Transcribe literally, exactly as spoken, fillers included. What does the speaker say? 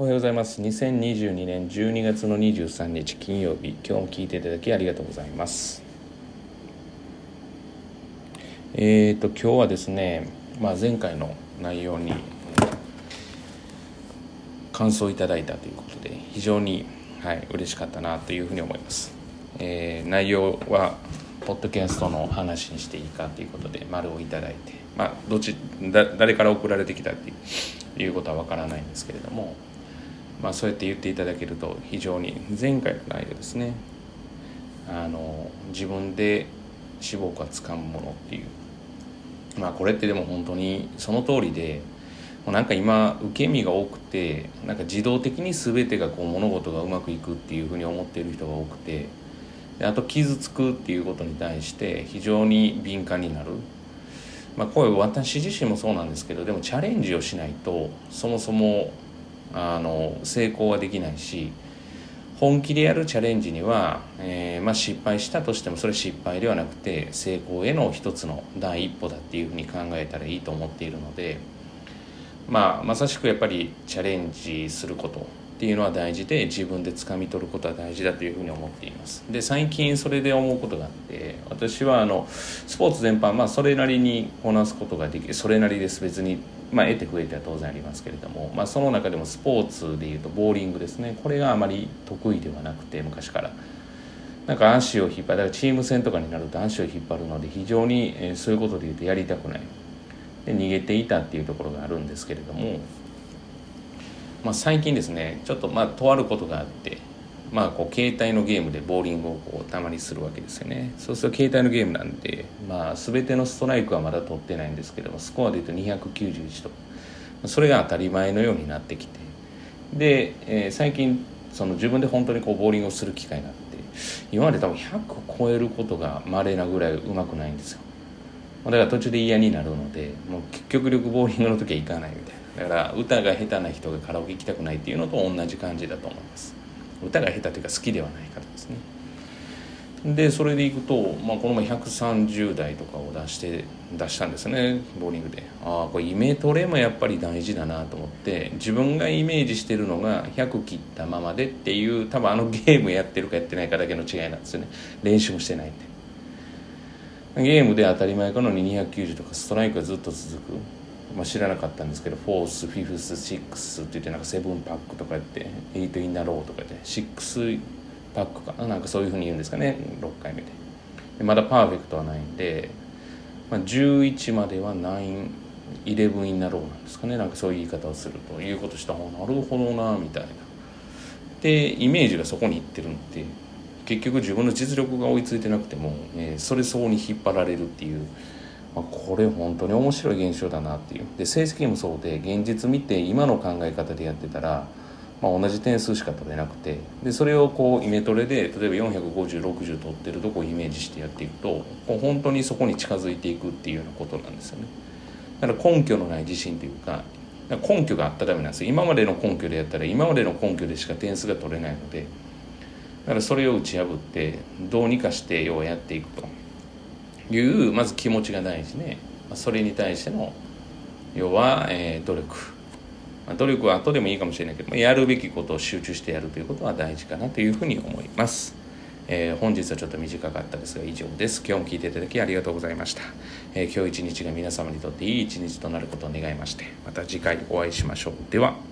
おはようございます。にせんにじゅうにねんじゅうにがつのにじゅうさんにち金曜日、今日も聞いていただきありがとうございます。えーと今日はですね、まあ、前回の内容に感想をいただいたということで非常に、はい、嬉しかったなというふうに思います。えー、内容はポッドキャストの話にしていいかということで丸をいただいて、まあ、どっちだ誰から送られてきたっていういうことはわからないんですけれども、まあ、そうやって言っていただけると非常に、前回の内容ですね、あの自分で志望がつかむものっていう、まあこれってでも本当にその通りで、もうなんか今受け身が多くて、なんか自動的に全てがこう物事がうまくいくっていうふうに思っている人が多くて、であと傷つくっていうことに対して非常に敏感になる。まあこれ私自身もそうなんですけど、でもチャレンジをしないとそもそもあの成功はできないし、本気でやるチャレンジには、えーまあ、失敗したとしてもそれ失敗ではなくて成功への一つの第一歩だっていうふうに考えたらいいと思っているので、まあ、まさしくやっぱりチャレンジすることっていうのは大事で、自分で掴み取ることは大事だというふうに思っています。で最近それで思うことがあって、私はあのスポーツ全般、まあ、それなりにこなすことができる、それなりです。別にまあ、得て増えては当然ありますけれども、まあ、その中でもスポーツでいうとボーリングですね。これがあまり得意ではなくて、昔からなんか足を引っ張る、だからチーム戦とかになると足を引っ張るので非常に、えー、そういうことでいうとやりたくないで逃げていたっていうところがあるんですけれども、まあ、最近ですねちょっとまあとあることがあって、まあ、こう携帯のゲームでボーリングをこうたまにするわけですよね。そうすると携帯のゲームなんで、まあ、全てのストライクはまだ取ってないんですけども、スコアでいうとにひゃくきゅうじゅういちとか、それが当たり前のようになってきて、で、えー、最近その自分で本当にこうボーリングをする機会があって、今まで多分ひゃく超えることが稀なぐらいうまくないんですよ。だから途中で嫌になるので、もう極力ボーリングの時は行かないみたいな。だから歌が下手な人がカラオケ行きたくないっていうのと同じ感じだと思います。歌が下手というか好きではない方ですね。でそれでいくと、まあ、この前ひゃくさんじゅうだいとかを出して出したんですね、ボーリングで。ああこれイメトレもやっぱり大事だなと思って、自分がイメージしてるのがひゃく切ったままでっていう、多分あのゲームやってるかやってないかだけの違いなんですよね。練習もしてないんで。ゲームで当たり前かのににひゃくきゅうじゅうとかストライクがずっと続く、まあ、知らなかったんですけど、フォース、フィフス、シックスって言って、なんかセブンパックとかやってエイトインナローとかでシックスパックかな、なんかそういう風に言うんですかね、ろっかいめで。でまだパーフェクトはないんで、まあ、じゅういちまではナイン、イレブンインナローなんですかね、なんかそういう言い方をするということした方がなるほどなみたいな。でイメージがそこにいってるんで、結局自分の実力が追いついてなくても、えー、それ相応に引っ張られるっていう、まあ、これ本当に面白い現象だなっていう。で成績もそうで、現実見て今の考え方でやってたら、まあ、同じ点数しか取れなくて、でそれをこうイメトレで例えばよんひゃくごじゅう、ろくじゅう取ってるとこをイメージしてやっていくと、こう本当にそこに近づいていくっていうようなことなんですよね。だから根拠のない自信というか、根拠があったらダメなんですよ。今までの根拠でやったら今までの根拠でしか点数が取れないので、だからそれを打ち破ってどうにかして要はやっていくというまず気持ちが大事ね。それに対しての要は、えー、努力、努力は後でもいいかもしれないけど、やるべきことを集中してやるということは大事かなというふうに思います。えー、本日はちょっと短かったですが以上です。今日も聞いていただきありがとうございました。えー、今日一日が皆様にとっていい一日となることを願いまして、また次回お会いしましょう。では。